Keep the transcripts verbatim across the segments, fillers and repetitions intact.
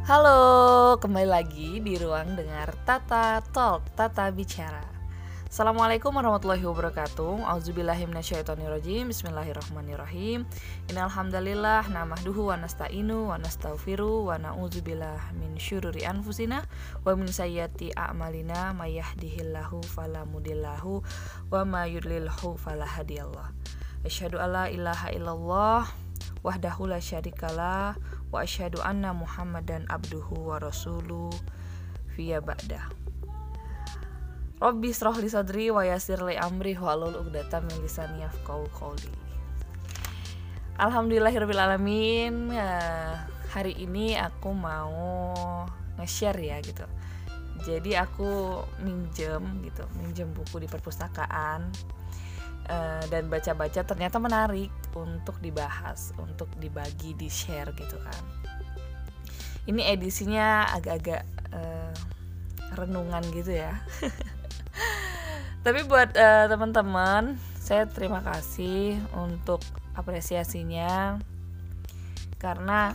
Halo, kembali lagi di ruang dengar Tata Talk, Tata Bicara. Assalamualaikum warahmatullahi wabarakatuh. Auzubillahi minasyaitonirrajim. Bismillahirrahmanirrahim. Innalhamdalillah nahmaduhu wa nasta'inu wa nastaghfiru wa na'udzubillah min syururi anfusina wa min sayyiati a'malina may yahdihillahu fala mudhillalahu wa may yudlilhu fala hadiyalah. Asyhadu alla ilaha illallah wahdahu la syarikalah wa asyhadu anna Muhammadan abduhu wa rasuluh fiya ba'dah. Rabbi shrah li sadri wa yassir li amri wahlul 'uqdatam min lisani yafqahu qawli. Alhamdulillahirabbil alamin. Ya, hari ini aku mau nge-share ya gitu. Jadi aku minjem gitu, minjem buku di perpustakaan. Uh, dan baca-baca ternyata menarik untuk dibahas, untuk dibagi, di-share gitu kan. Ini edisinya agak-agak uh, renungan gitu ya. Tapi buat uh, teman-teman, saya terima kasih untuk apresiasinya, karena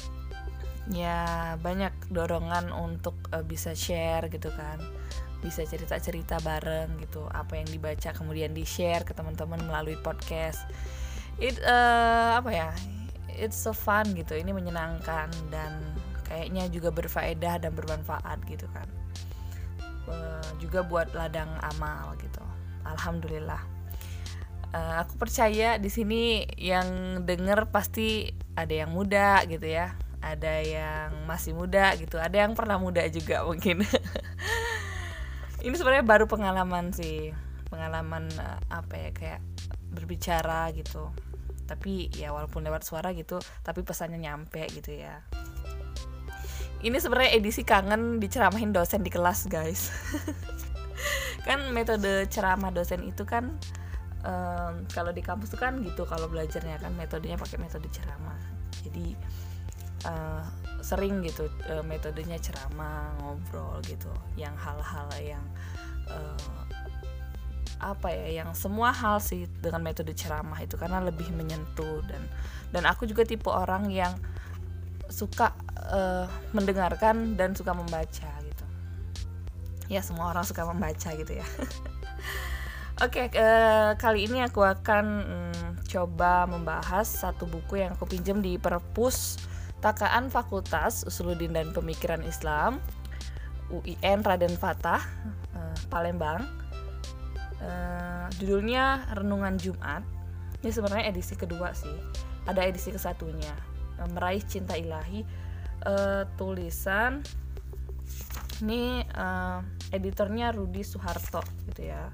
ya banyak dorongan untuk uh, bisa share gitu kan, bisa cerita-cerita bareng gitu, apa yang dibaca kemudian di-share ke teman-teman melalui podcast. It uh, apa ya? It's so fun gitu. Ini menyenangkan dan kayaknya juga berfaedah dan bermanfaat gitu kan. Uh, juga buat ladang amal gitu. Alhamdulillah. Uh, aku percaya di sini yang denger pasti ada yang muda gitu ya. Ada yang masih muda gitu, ada yang pernah muda juga mungkin. Ini sebenarnya baru pengalaman sih, pengalaman uh, apa ya, kayak berbicara gitu. Tapi ya walaupun lewat suara gitu, tapi pesannya nyampe gitu ya. Ini sebenarnya edisi kangen diceramahin dosen di kelas, guys. Kan metode ceramah dosen itu kan um, kalau di kampus tuh kan gitu, kalau belajarnya kan metodenya pakai metode ceramah. Jadi uh, sering gitu uh, metodenya ceramah, ngobrol gitu, yang hal-hal yang uh, apa ya, yang semua hal sih dengan metode ceramah itu, karena lebih menyentuh. Dan dan aku juga tipe orang yang suka uh, mendengarkan dan suka membaca gitu. Ya, semua orang suka membaca gitu ya. Oke, okay, uh, kali ini aku akan um, coba membahas satu buku yang aku pinjam di perpus Takaan Fakultas Usuluddin dan Pemikiran Islam U I N Raden Fatah, uh, Palembang. Uh, judulnya Renungan Jumat. Ini sebenarnya edisi kedua sih. Ada edisi kesatunya, uh, Meraih Cinta Ilahi, uh, tulisan ini uh, editornya Rudi Soeharto gitu ya.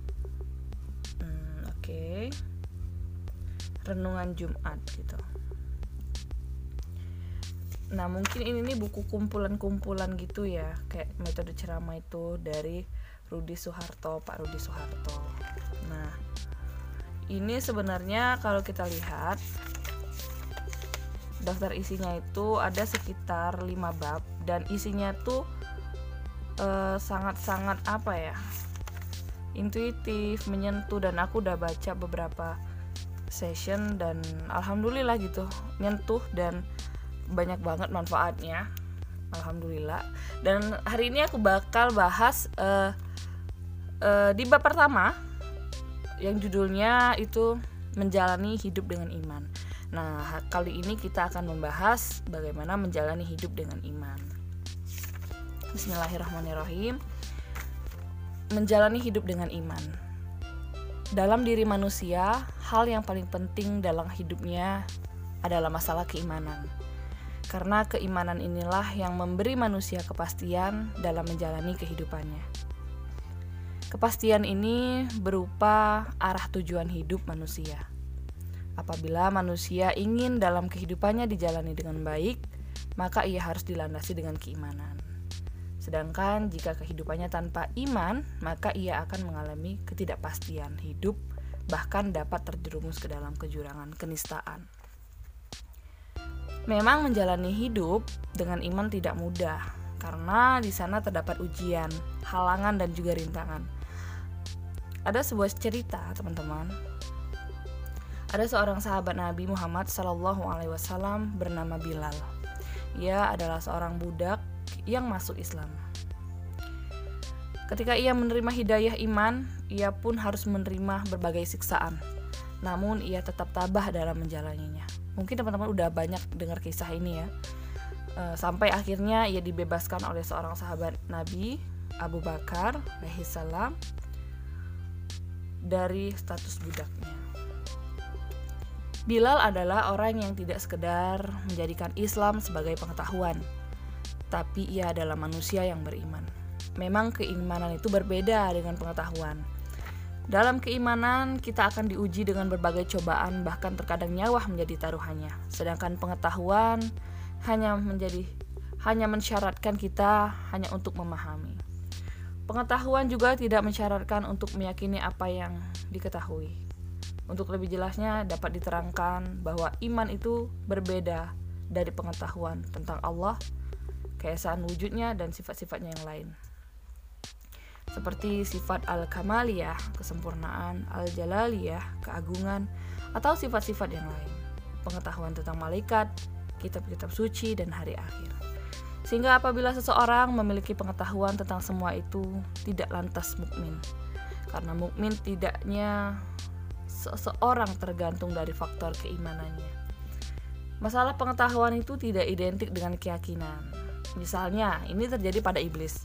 Hmm, Oke, okay. Renungan Jumat gitu. Nah, mungkin ini nih buku kumpulan-kumpulan gitu ya, kayak metode ceramah itu dari Rudi Soeharto, Pak Rudi Soeharto. Nah, ini sebenarnya kalau kita lihat daftar isinya itu ada sekitar lima bab, dan isinya tuh eh, sangat-sangat apa ya, intuitif, menyentuh, dan aku udah baca beberapa session dan alhamdulillah gitu, nyentuh dan banyak banget manfaatnya, alhamdulillah. Dan hari ini aku bakal bahas uh, uh, di bab pertama yang judulnya itu menjalani hidup dengan iman. Nah, kali ini kita akan membahas bagaimana menjalani hidup dengan iman. Bismillahirrahmanirrahim. Menjalani hidup dengan iman. Dalam diri manusia, hal yang paling penting dalam hidupnya adalah masalah keimanan. Karena keimanan inilah yang memberi manusia kepastian dalam menjalani kehidupannya. Kepastian ini berupa arah tujuan hidup manusia. Apabila manusia ingin dalam kehidupannya dijalani dengan baik, maka ia harus dilandasi dengan keimanan. Sedangkan jika kehidupannya tanpa iman, maka ia akan mengalami ketidakpastian hidup, bahkan dapat terjerumus ke dalam kejurangan kenistaan. Memang menjalani hidup dengan iman tidak mudah, karena di sana terdapat ujian, halangan, dan juga rintangan. Ada sebuah cerita, teman-teman. Ada seorang sahabat Nabi Muhammad shallallahu alaihi wasallam bernama Bilal. ia adalah seorang budak yang masuk Islam. Ketika ia menerima hidayah iman, ia pun harus menerima berbagai siksaan. Namun ia tetap tabah dalam menjalaninya. Mungkin teman-teman udah banyak dengar kisah ini ya. E, sampai akhirnya ia dibebaskan oleh seorang sahabat Nabi, Abu Bakar alaihissalam, dari status budaknya. Bilal adalah orang yang tidak sekedar menjadikan Islam sebagai pengetahuan, tapi ia adalah manusia yang beriman. Memang keimanan itu berbeda dengan pengetahuan. Dalam keimanan kita akan diuji dengan berbagai cobaan, bahkan terkadang nyawa menjadi taruhannya. Sedangkan pengetahuan hanya menjadi hanya mensyaratkan kita hanya untuk memahami. Pengetahuan juga tidak mensyaratkan untuk meyakini apa yang diketahui. Untuk lebih jelasnya dapat diterangkan bahwa iman itu berbeda dari pengetahuan tentang Allah, keesaan wujudnya dan sifat-sifatnya yang lain. Seperti sifat al-kamaliyah, kesempurnaan, al-jalaliyah, keagungan, atau sifat-sifat yang lain. Pengetahuan tentang malaikat, kitab-kitab suci, dan hari akhir. Sehingga apabila seseorang memiliki pengetahuan tentang semua itu, tidak lantas mukmin. Karena mukmin tidaknya seseorang tergantung dari faktor keimanannya. Masalah pengetahuan itu tidak identik dengan keyakinan. Misalnya, ini terjadi pada iblis.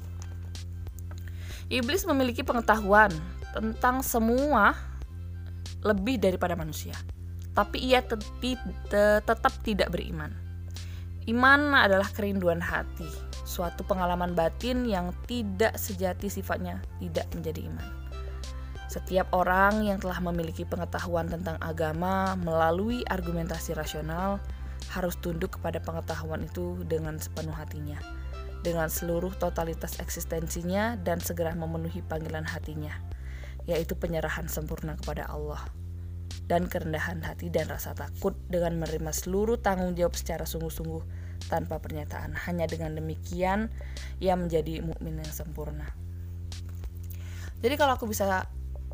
Iblis memiliki pengetahuan tentang semua lebih daripada manusia, tapi ia tet- tet- tetap tidak beriman. Iman adalah kerinduan hati, suatu pengalaman batin yang tidak sejati sifatnya tidak menjadi iman. Setiap orang yang telah memiliki pengetahuan tentang agama melalui argumentasi rasional harus tunduk kepada pengetahuan itu dengan sepenuh hatinya, dengan seluruh totalitas eksistensinya, dan segera memenuhi panggilan hatinya, yaitu penyerahan sempurna kepada Allah dan kerendahan hati dan rasa takut dengan menerima seluruh tanggung jawab secara sungguh-sungguh tanpa pernyataan. Hanya dengan demikian ia menjadi mukmin yang sempurna. Jadi kalau aku bisa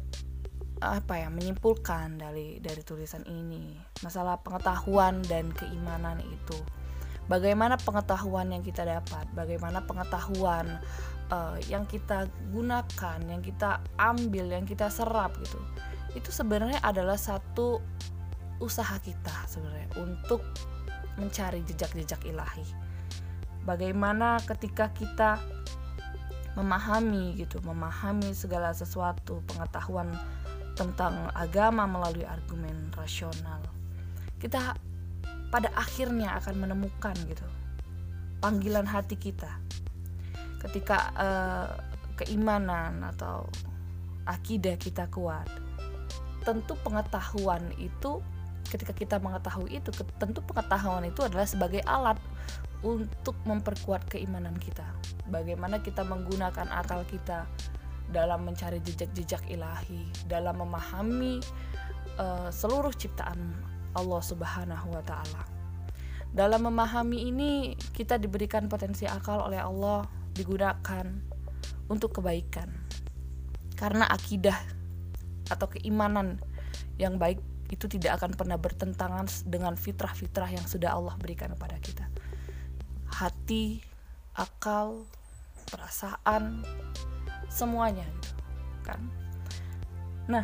apa ya menyimpulkan dari dari tulisan ini, masalah pengetahuan dan keimanan itu, bagaimana pengetahuan yang kita dapat, bagaimana pengetahuan uh, yang kita gunakan, yang kita ambil, yang kita serap gitu. Itu sebenarnya adalah satu usaha kita sebenarnya untuk mencari jejak-jejak ilahi. Bagaimana ketika kita memahami gitu, memahami segala sesuatu, pengetahuan tentang agama melalui argumen rasional, kita pada akhirnya akan menemukan gitu panggilan hati kita. Ketika uh, keimanan atau akidah kita kuat, tentu pengetahuan itu, ketika kita mengetahui itu, tentu pengetahuan itu adalah sebagai alat untuk memperkuat keimanan kita. Bagaimana kita menggunakan akal kita dalam mencari jejak-jejak ilahi, dalam memahami uh, seluruh ciptaan Allah Subhanahu wa ta'ala. Dalam memahami ini kita diberikan potensi akal oleh Allah, digunakan untuk kebaikan. Karena akidah atau keimanan yang baik itu tidak akan pernah bertentangan dengan fitrah-fitrah yang sudah Allah berikan kepada kita. Hati, akal, perasaan, semuanya gitu kan. Nah,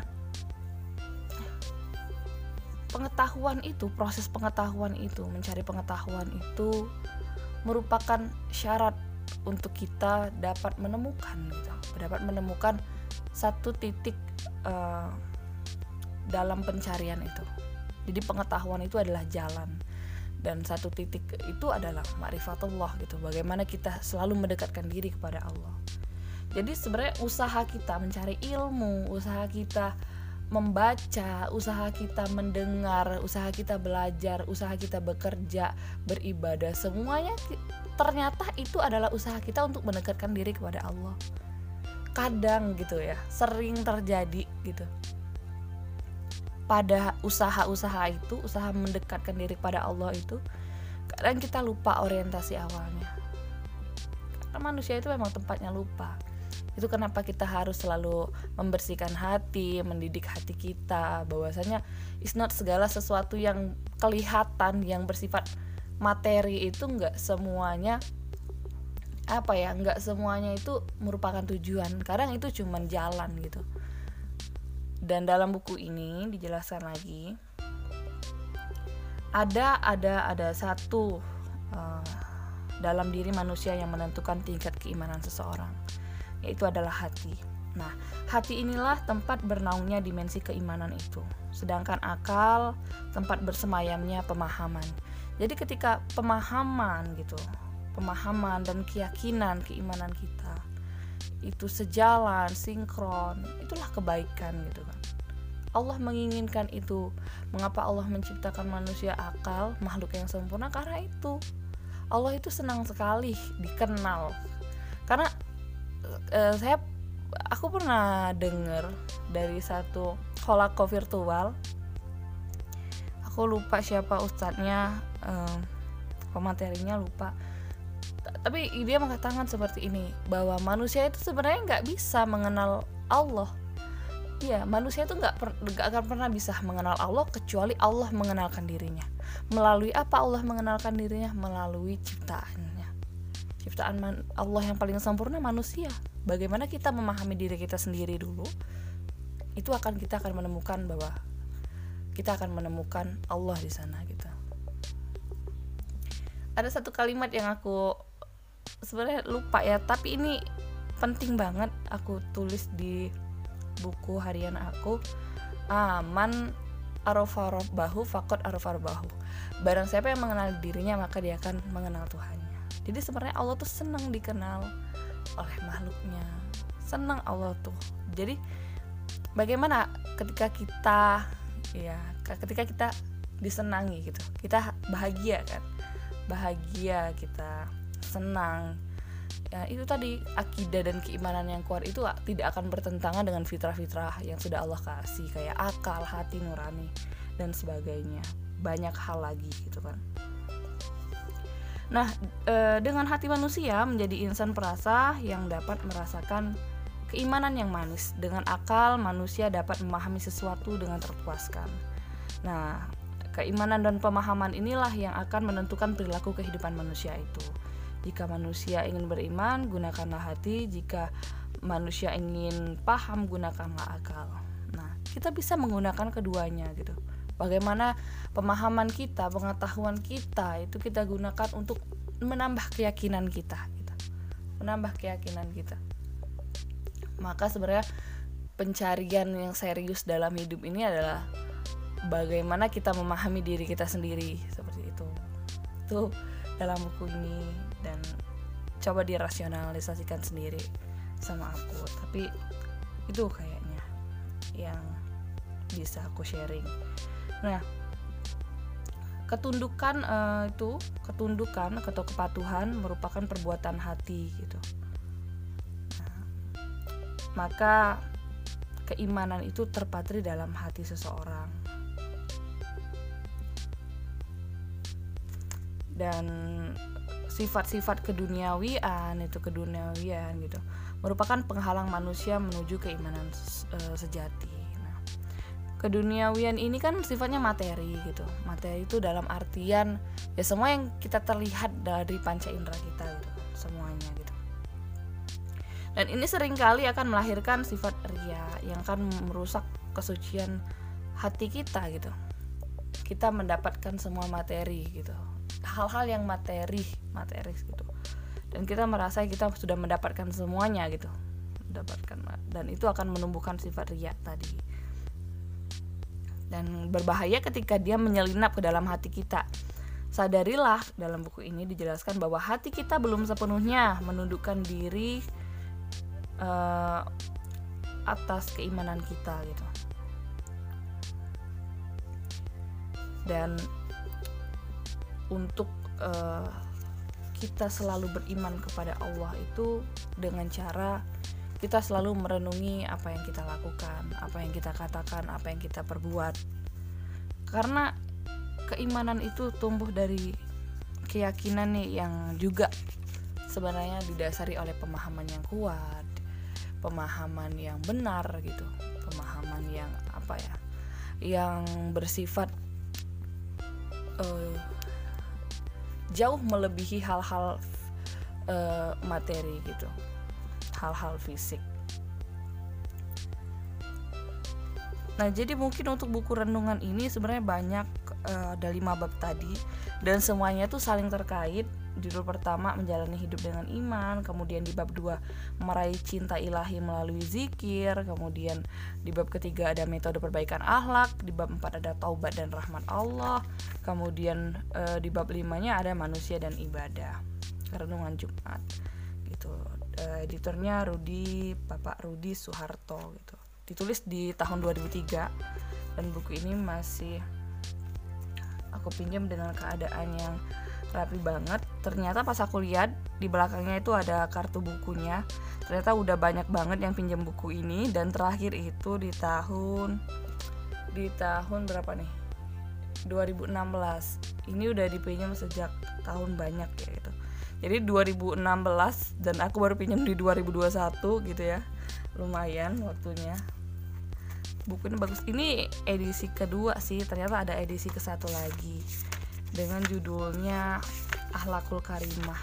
pengetahuan itu, proses pengetahuan itu, mencari pengetahuan itu merupakan syarat untuk kita dapat menemukan gitu, dapat menemukan satu titik uh, dalam pencarian itu. Jadi pengetahuan itu adalah jalan, dan satu titik itu adalah ma'rifatullah gitu. Bagaimana kita selalu mendekatkan diri kepada Allah. Jadi sebenarnya usaha kita mencari ilmu, usaha kita membaca, usaha kita mendengar, usaha kita belajar, usaha kita bekerja, beribadah, semuanya ternyata itu adalah usaha kita untuk mendekatkan diri kepada Allah. Kadang gitu ya, sering terjadi gitu. Pada usaha-usaha itu, usaha mendekatkan diri kepada Allah itu, kadang kita lupa orientasi awalnya. Karena manusia itu memang tempatnya lupa. Itu kenapa kita harus selalu membersihkan hati, mendidik hati kita, bahwasanya it's not segala sesuatu yang kelihatan, yang bersifat materi itu nggak semuanya apa ya nggak semuanya itu merupakan tujuan, kadang itu cuman jalan gitu. Dan dalam buku ini dijelaskan lagi ada ada ada satu uh, dalam diri manusia yang menentukan tingkat keimanan seseorang, yaitu adalah hati. Nah, hati inilah tempat bernaungnya dimensi keimanan itu, sedangkan akal tempat bersemayamnya pemahaman. Jadi ketika pemahaman gitu, pemahaman dan keyakinan keimanan kita itu sejalan, sinkron, itulah kebaikan gitu kan. Allah menginginkan itu. Mengapa Allah menciptakan manusia akal, makhluk yang sempurna? Karena itu Allah itu senang sekali dikenal. Karena eh, saya aku pernah dengar dari satu holako virtual, aku lupa siapa ustadznya, eh, pematerinya lupa, tapi dia mengatakan seperti ini, bahwa manusia itu sebenarnya nggak bisa mengenal Allah. Iya, manusia itu nggak per, nggak akan pernah bisa mengenal Allah kecuali Allah mengenalkan dirinya. Melalui apa Allah mengenalkan dirinya? Melalui ciptaannya. Ciptaan man, Allah yang paling sempurna manusia. Bagaimana kita memahami diri kita sendiri dulu, itu akan kita akan menemukan bahwa kita akan menemukan Allah di sana gitu. Ada satu kalimat yang aku sebenarnya lupa ya, tapi ini penting banget aku tulis di buku harian aku, aman arafa rabbahu faqad arafa rabbahu. Barang siapa yang mengenal dirinya maka dia akan mengenal Tuhannya. Jadi sebenarnya Allah tuh senang dikenal oleh makhluknya, senang Allah tuh. Jadi bagaimana ketika kita ya ketika kita disenangi gitu, kita bahagia kan, bahagia kita senang ya, itu tadi akidah dan keimanan yang kuat itu tidak akan bertentangan dengan fitrah-fitrah yang sudah Allah kasih, kayak akal, hati nurani dan sebagainya, banyak hal lagi gitu kan. Nah, e, dengan hati manusia menjadi insan perasa yang dapat merasakan keimanan yang manis. Dengan akal, manusia dapat memahami sesuatu dengan terpuaskan. Nah, keimanan dan pemahaman inilah yang akan menentukan perilaku kehidupan manusia itu. Jika manusia ingin beriman, gunakanlah hati. Jika manusia ingin paham, gunakanlah akal. Nah, kita bisa menggunakan keduanya gitu. Bagaimana pemahaman kita, pengetahuan kita itu kita gunakan untuk menambah keyakinan kita gitu. Menambah keyakinan kita. Maka sebenarnya pencarian yang serius dalam hidup ini adalah bagaimana kita memahami diri kita sendiri, seperti itu. Itu dalam buku ini, dan coba dirasionalisasikan sendiri sama aku. Tapi itu kayaknya yang bisa aku sharing. Nah, ketundukan uh, itu ketundukan atau kepatuhan merupakan perbuatan hati gitu. Nah, maka keimanan itu terpatri dalam hati seseorang. Dan sifat-sifat keduniawian itu keduniawian gitu merupakan penghalang manusia menuju keimanan uh, sejati. Keduniawian ini kan sifatnya materi gitu. Materi itu dalam artian ya semua yang kita terlihat dari panca indera kita gitu, semuanya gitu. Dan ini seringkali akan melahirkan sifat ria yang akan merusak kesucian hati kita gitu. Kita mendapatkan semua materi gitu. Hal-hal yang materi, materis gitu. Dan kita merasa kita sudah mendapatkan semuanya gitu. Mendapatkan, dan itu akan menumbuhkan sifat ria tadi. Dan berbahaya ketika dia menyelinap ke dalam hati kita. Sadarilah, dalam buku ini dijelaskan bahwa hati kita belum sepenuhnya menundukkan diri uh, atas keimanan kita gitu. Dan untuk uh, kita selalu beriman kepada Allah itu dengan cara kita selalu merenungi apa yang kita lakukan, apa yang kita katakan, apa yang kita perbuat. Karena keimanan itu tumbuh dari keyakinan nih yang juga sebenarnya didasari oleh pemahaman yang kuat, pemahaman yang benar gitu, pemahaman yang apa ya, yang bersifat uh, jauh melebihi hal-hal uh, materi gitu, hal-hal fisik. Nah, jadi mungkin untuk buku renungan ini sebenarnya banyak, uh, ada lima bab tadi, dan semuanya tuh saling terkait. Judul pertama menjalani hidup dengan iman, kemudian di bab dua meraih cinta ilahi melalui zikir, kemudian di bab ketiga ada metode perbaikan akhlak, di bab empat ada taubat dan rahmat Allah, kemudian uh, di bab limanya ada manusia dan ibadah, renungan Jumat gitu. Uh, editornya Rudi, Bapak Rudi Soeharto gitu. Ditulis di tahun dua ribu tiga, dan buku ini masih aku pinjam dengan keadaan yang rapi banget. Ternyata pas aku lihat di belakangnya itu ada kartu bukunya, ternyata udah banyak banget yang pinjam buku ini, dan terakhir itu di tahun di tahun berapa nih, dua ribu enam belas. Ini udah dipinjam sejak tahun banyak ya gitu. Jadi dua ribu enam belas dan aku baru pinjam di dua ribu dua puluh satu gitu ya. Lumayan waktunya. Buku ini bagus. Ini edisi kedua sih, ternyata ada edisi ke satu lagi dengan judulnya Akhlakul Karimah.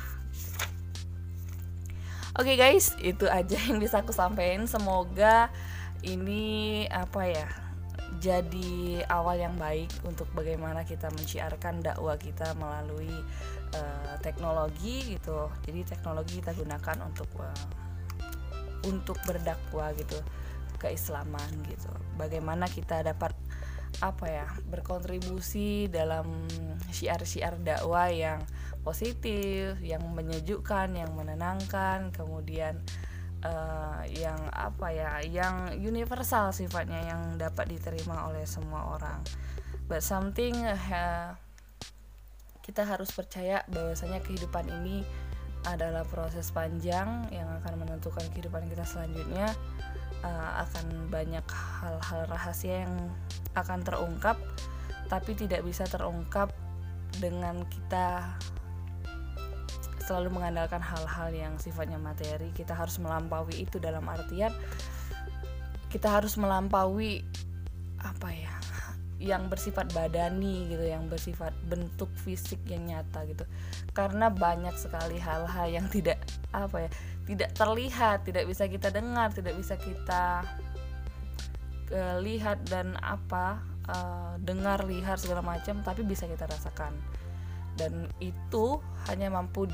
Oke okay guys, itu aja yang bisa aku sampaikan. Semoga ini apa ya, jadi awal yang baik untuk bagaimana kita menciarkan dakwah kita melalui uh, teknologi gitu. Jadi teknologi kita gunakan untuk uh, untuk berdakwah gitu, keislaman gitu. Bagaimana kita dapat apa ya, berkontribusi dalam syiar-syiar dakwah yang positif, yang menyejukkan, yang menenangkan, kemudian uh, yang apa ya, yang universal sifatnya, yang dapat diterima oleh semua orang. But something uh, kita harus percaya bahwasanya kehidupan ini adalah proses panjang yang akan menentukan kehidupan kita selanjutnya. Uh, akan banyak hal-hal rahasia yang akan terungkap, tapi tidak bisa terungkap dengan kita selalu mengandalkan hal-hal yang sifatnya materi. Kita harus melampaui itu, dalam artian kita harus melampaui apa ya, yang bersifat badani gitu, yang bersifat bentuk fisik yang nyata gitu. Karena banyak sekali hal-hal yang tidak apa ya, tidak terlihat, tidak bisa kita dengar, tidak bisa kita uh, lihat dan apa uh, dengar, lihat segala macam, tapi bisa kita rasakan. Dan itu hanya mampu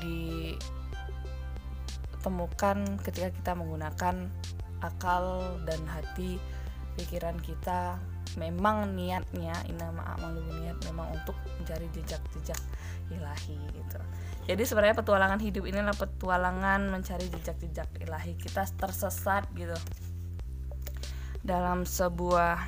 ditemukan ketika kita menggunakan akal dan hati, pikiran kita. Memang niatnya, innama a'malu binniyat, memang untuk mencari jejak-jejak ilahi gitu. Jadi sebenarnya petualangan hidup ini adalah petualangan mencari jejak-jejak ilahi. Kita tersesat gitu dalam sebuah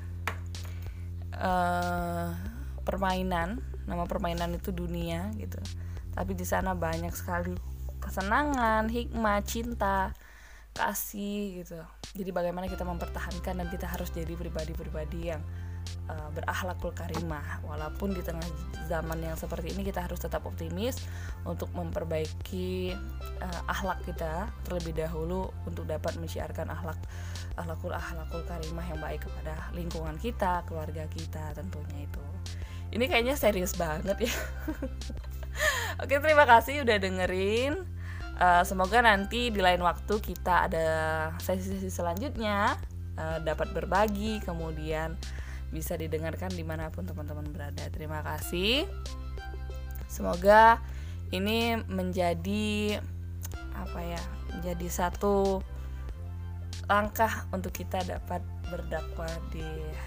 uh, permainan. Nama permainan itu dunia gitu. Tapi di sana banyak sekali kesenangan, hikmah, cinta, kasih gitu. Jadi bagaimana kita mempertahankan, dan kita harus jadi pribadi-pribadi yang uh, berakhlakul karimah. Walaupun di tengah zaman yang seperti ini kita harus tetap optimis untuk memperbaiki uh, akhlak kita terlebih dahulu, untuk dapat menyiarkan akhlak akhlakul akhlakul karimah yang baik kepada lingkungan kita, keluarga kita tentunya itu. Ini kayaknya serius banget ya. Oke, terima kasih udah dengerin. Uh, semoga nanti di lain waktu kita ada sesi-sesi selanjutnya, uh, dapat berbagi, kemudian bisa didengarkan dimanapun teman-teman berada. Terima kasih. Semoga ini menjadi apa ya, menjadi satu langkah untuk kita dapat berdakwah di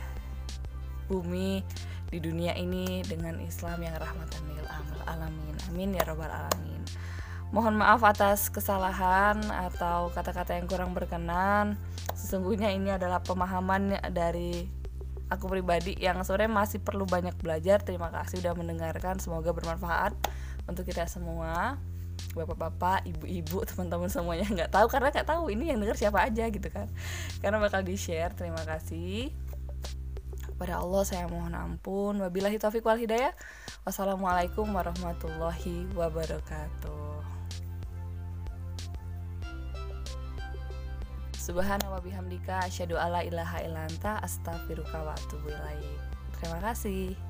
bumi, di dunia ini dengan Islam yang rahmatan lil alamin. Amin ya rabbal alamin. Mohon maaf atas kesalahan atau kata-kata yang kurang berkenan. Sesungguhnya ini adalah pemahaman dari aku pribadi yang sebenarnya masih perlu banyak belajar. Terima kasih sudah mendengarkan. Semoga bermanfaat untuk kita semua, bapak-bapak, ibu-ibu, teman-teman semuanya. Nggak tahu karena nggak tahu ini yang dengar siapa aja gitu kan. Karena bakal di-share. Terima kasih. Kepada Allah saya mohon ampun. Wabillahi taufiq wal hidayah. Wassalamualaikum warahmatullahi wabarakatuh. Subhana wa bihamdika asyhadu alla ilaha illa anta astaghfiruka wa atubu ilaik. Terima kasih.